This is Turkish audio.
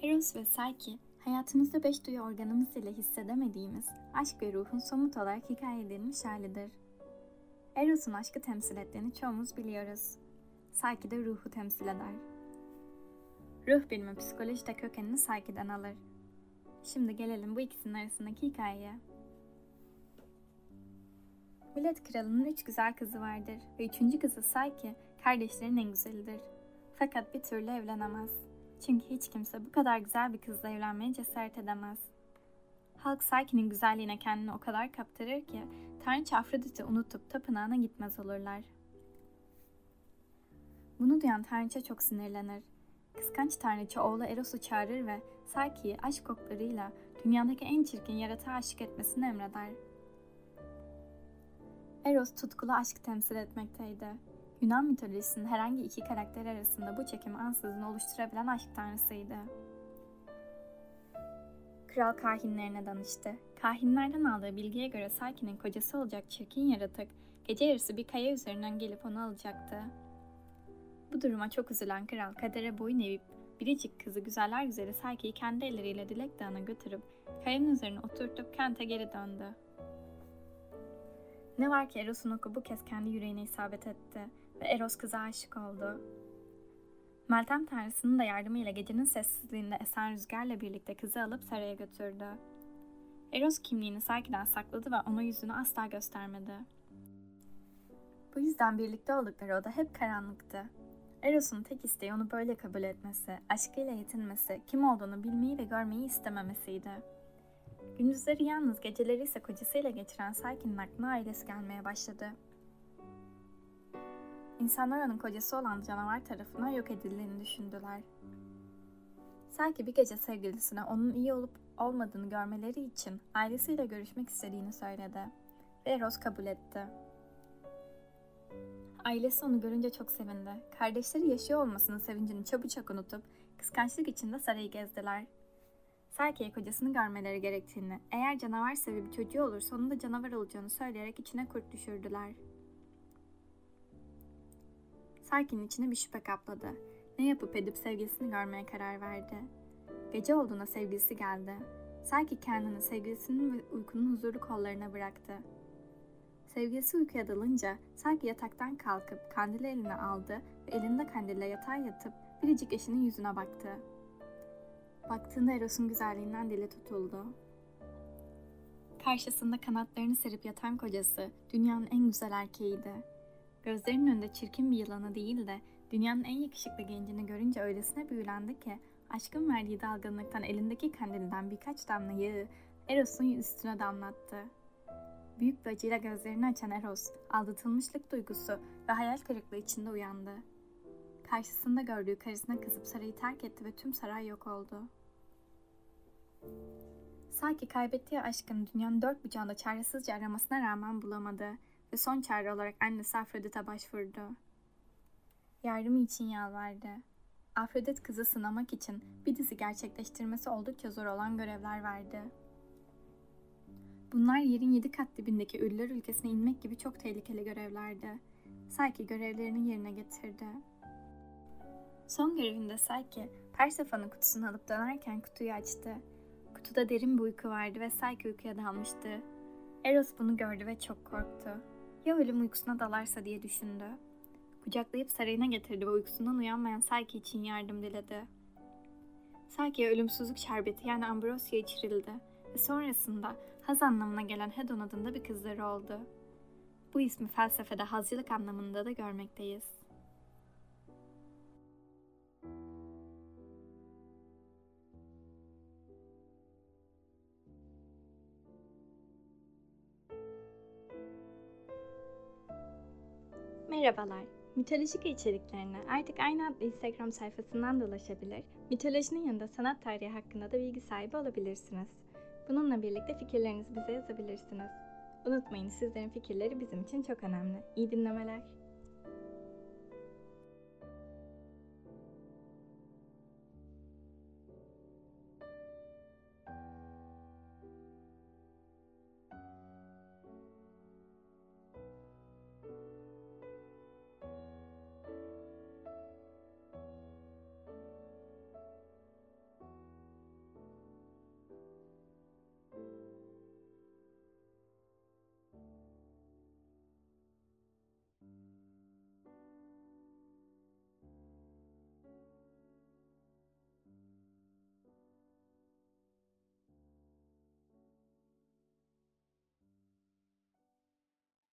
Eros ve Psyche, hayatımızda 5 duyu organımız ile hissedemediğimiz aşk ve ruhun somut olarak hikaye edilmiş halidir. Eros'un aşkı temsil ettiğini çoğumuz biliyoruz. Psyche de ruhu temsil eder. Ruh bilimi psikolojide kökenini Psyche'den alır. Şimdi gelelim bu ikisinin arasındaki hikayeye. Millet kralının 3 güzel kızı vardır ve 3. kızı Psyche kardeşlerin en güzelidir. Fakat bir türlü evlenemez. Çünkü hiç kimse bu kadar güzel bir kızla evlenmeye cesaret edemez. Halk Psyche'nin güzelliğine kendini o kadar kaptırır ki Tanrıça Afrodit'i unutup tapınağına gitmez olurlar. Bunu duyan Tanrıça çok sinirlenir. Kıskanç Tanrıça oğlu Eros'u çağırır ve Psyche'yi aşk oklarıyla dünyadaki en çirkin yaratığa aşık etmesini emreder. Eros tutkulu aşk temsil etmekteydi. Yunan mitolojisinin herhangi iki karakter arasında bu çekimi ansızın oluşturabilen aşk tanrısıydı. Kral kahinlerine danıştı. Kahinlerden aldığı bilgiye göre Psyche'nin kocası olacak çirkin yaratık, gece yarısı bir kaya üzerinden gelip onu alacaktı. Bu duruma çok üzülen kral kadere boyun eğip biricik kızı güzeller güzeli Psyche'yi kendi elleriyle Dilek Dağı'na götürüp kayanın üzerine oturtup kente geri döndü. Ne var ki Eros'un oku bu kez kendi yüreğine isabet etti ve Eros kıza aşık oldu. Meltem tanrısının da yardımıyla gecenin sessizliğinde esen rüzgarla birlikte kızı alıp saraya götürdü. Eros kimliğini Psyche'den sakladı ve ona yüzünü asla göstermedi. Bu yüzden birlikte oldukları oda hep karanlıktı. Eros'un tek isteği onu böyle kabul etmesi, aşkıyla yetinmesi, kim olduğunu bilmeyi ve görmeyi istememesiydi. Gündüzleri yalnız, geceleri ise kocasıyla geçiren Psyche'nin aklına ailesi gelmeye başladı. İnsanlar onun kocası olan canavar tarafından yok edildiğini düşündüler. Psyche bir gece sevgilisine onun iyi olup olmadığını görmeleri için ailesiyle görüşmek istediğini söyledi ve Eros kabul etti. Ailesi onu görünce çok sevindi. Kardeşleri yaşıyor olmasının sevincini çabucak unutup kıskançlık içinde sarayı gezdiler. Psyche'ye kocasını görmeleri gerektiğini, eğer canavar sevi bir çocuğu olursa onun da canavar olacağını söyleyerek içine kurt düşürdüler. Psyche'nin içine bir şüphe kapladı. Ne yapıp edip sevgilisini görmeye karar verdi. Gece olduğunda sevgilisi geldi. Psyche kendini sevgilisinin ve uykunun huzurlu kollarına bıraktı. Sevgilisi uykuya dalınca Psyche yataktan kalkıp kandili eline aldı ve elinde kandille yatağa yatıp biricik eşinin yüzüne baktı. Baktığında Eros'un güzelliğinden dili tutuldu. Karşısında kanatlarını serip yatan kocası dünyanın en güzel erkeğiydi. Gözlerinin önünde çirkin bir yılanı değil de dünyanın en yakışıklı gencini görünce öylesine büyülendi ki aşkın verdiği dalgınlıktan elindeki kandilden birkaç damla yağı Eros'un üstüne damlattı. Büyük bir acıyla gözlerini açan Eros, aldatılmışlık duygusu ve hayal kırıklığı içinde uyandı. Karşısında gördüğü karısına kızıp sarayı terk etti ve tüm saray yok oldu. Psyche kaybettiği aşkını dünyanın dört bucağında çaresizce aramasına rağmen bulamadı ve son çare olarak annesi Afrodit'e başvurdu. Yardımı için yalvardı. Afrodit kızı sınamak için bir dizi gerçekleştirmesi oldukça zor olan görevler verdi. Bunlar yerin 7 kat dibindeki ölüler ülkesine inmek gibi çok tehlikeli görevlerdi. Psyche görevlerini yerine getirdi. Son görevinde Psyche, Persephone'un kutusunu alıp dönerken kutuyu açtı. Kutuda derin bir uyku vardı ve Psyche uykuya dalmıştı. Eros bunu gördü ve çok korktu. Ya ölüm uykusuna dalarsa diye düşündü. Kucaklayıp sarayına getirdi ve uykusundan uyanmayan Psyche için yardım diledi. Psyche'ye ölümsüzlük şerbeti yani Ambrosia içirildi ve sonrasında haz anlamına gelen Hedon adında bir kızları oldu. Bu ismi felsefede hazcılık anlamında da görmekteyiz. Merhabalar. Mitolojik içeriklerine artık aynı adlı Instagram sayfasından da ulaşabilir, mitolojinin yanında sanat tarihi hakkında da bilgi sahibi olabilirsiniz. Bununla birlikte fikirlerinizi bize yazabilirsiniz. Unutmayın, sizlerin fikirleri bizim için çok önemli. İyi dinlemeler.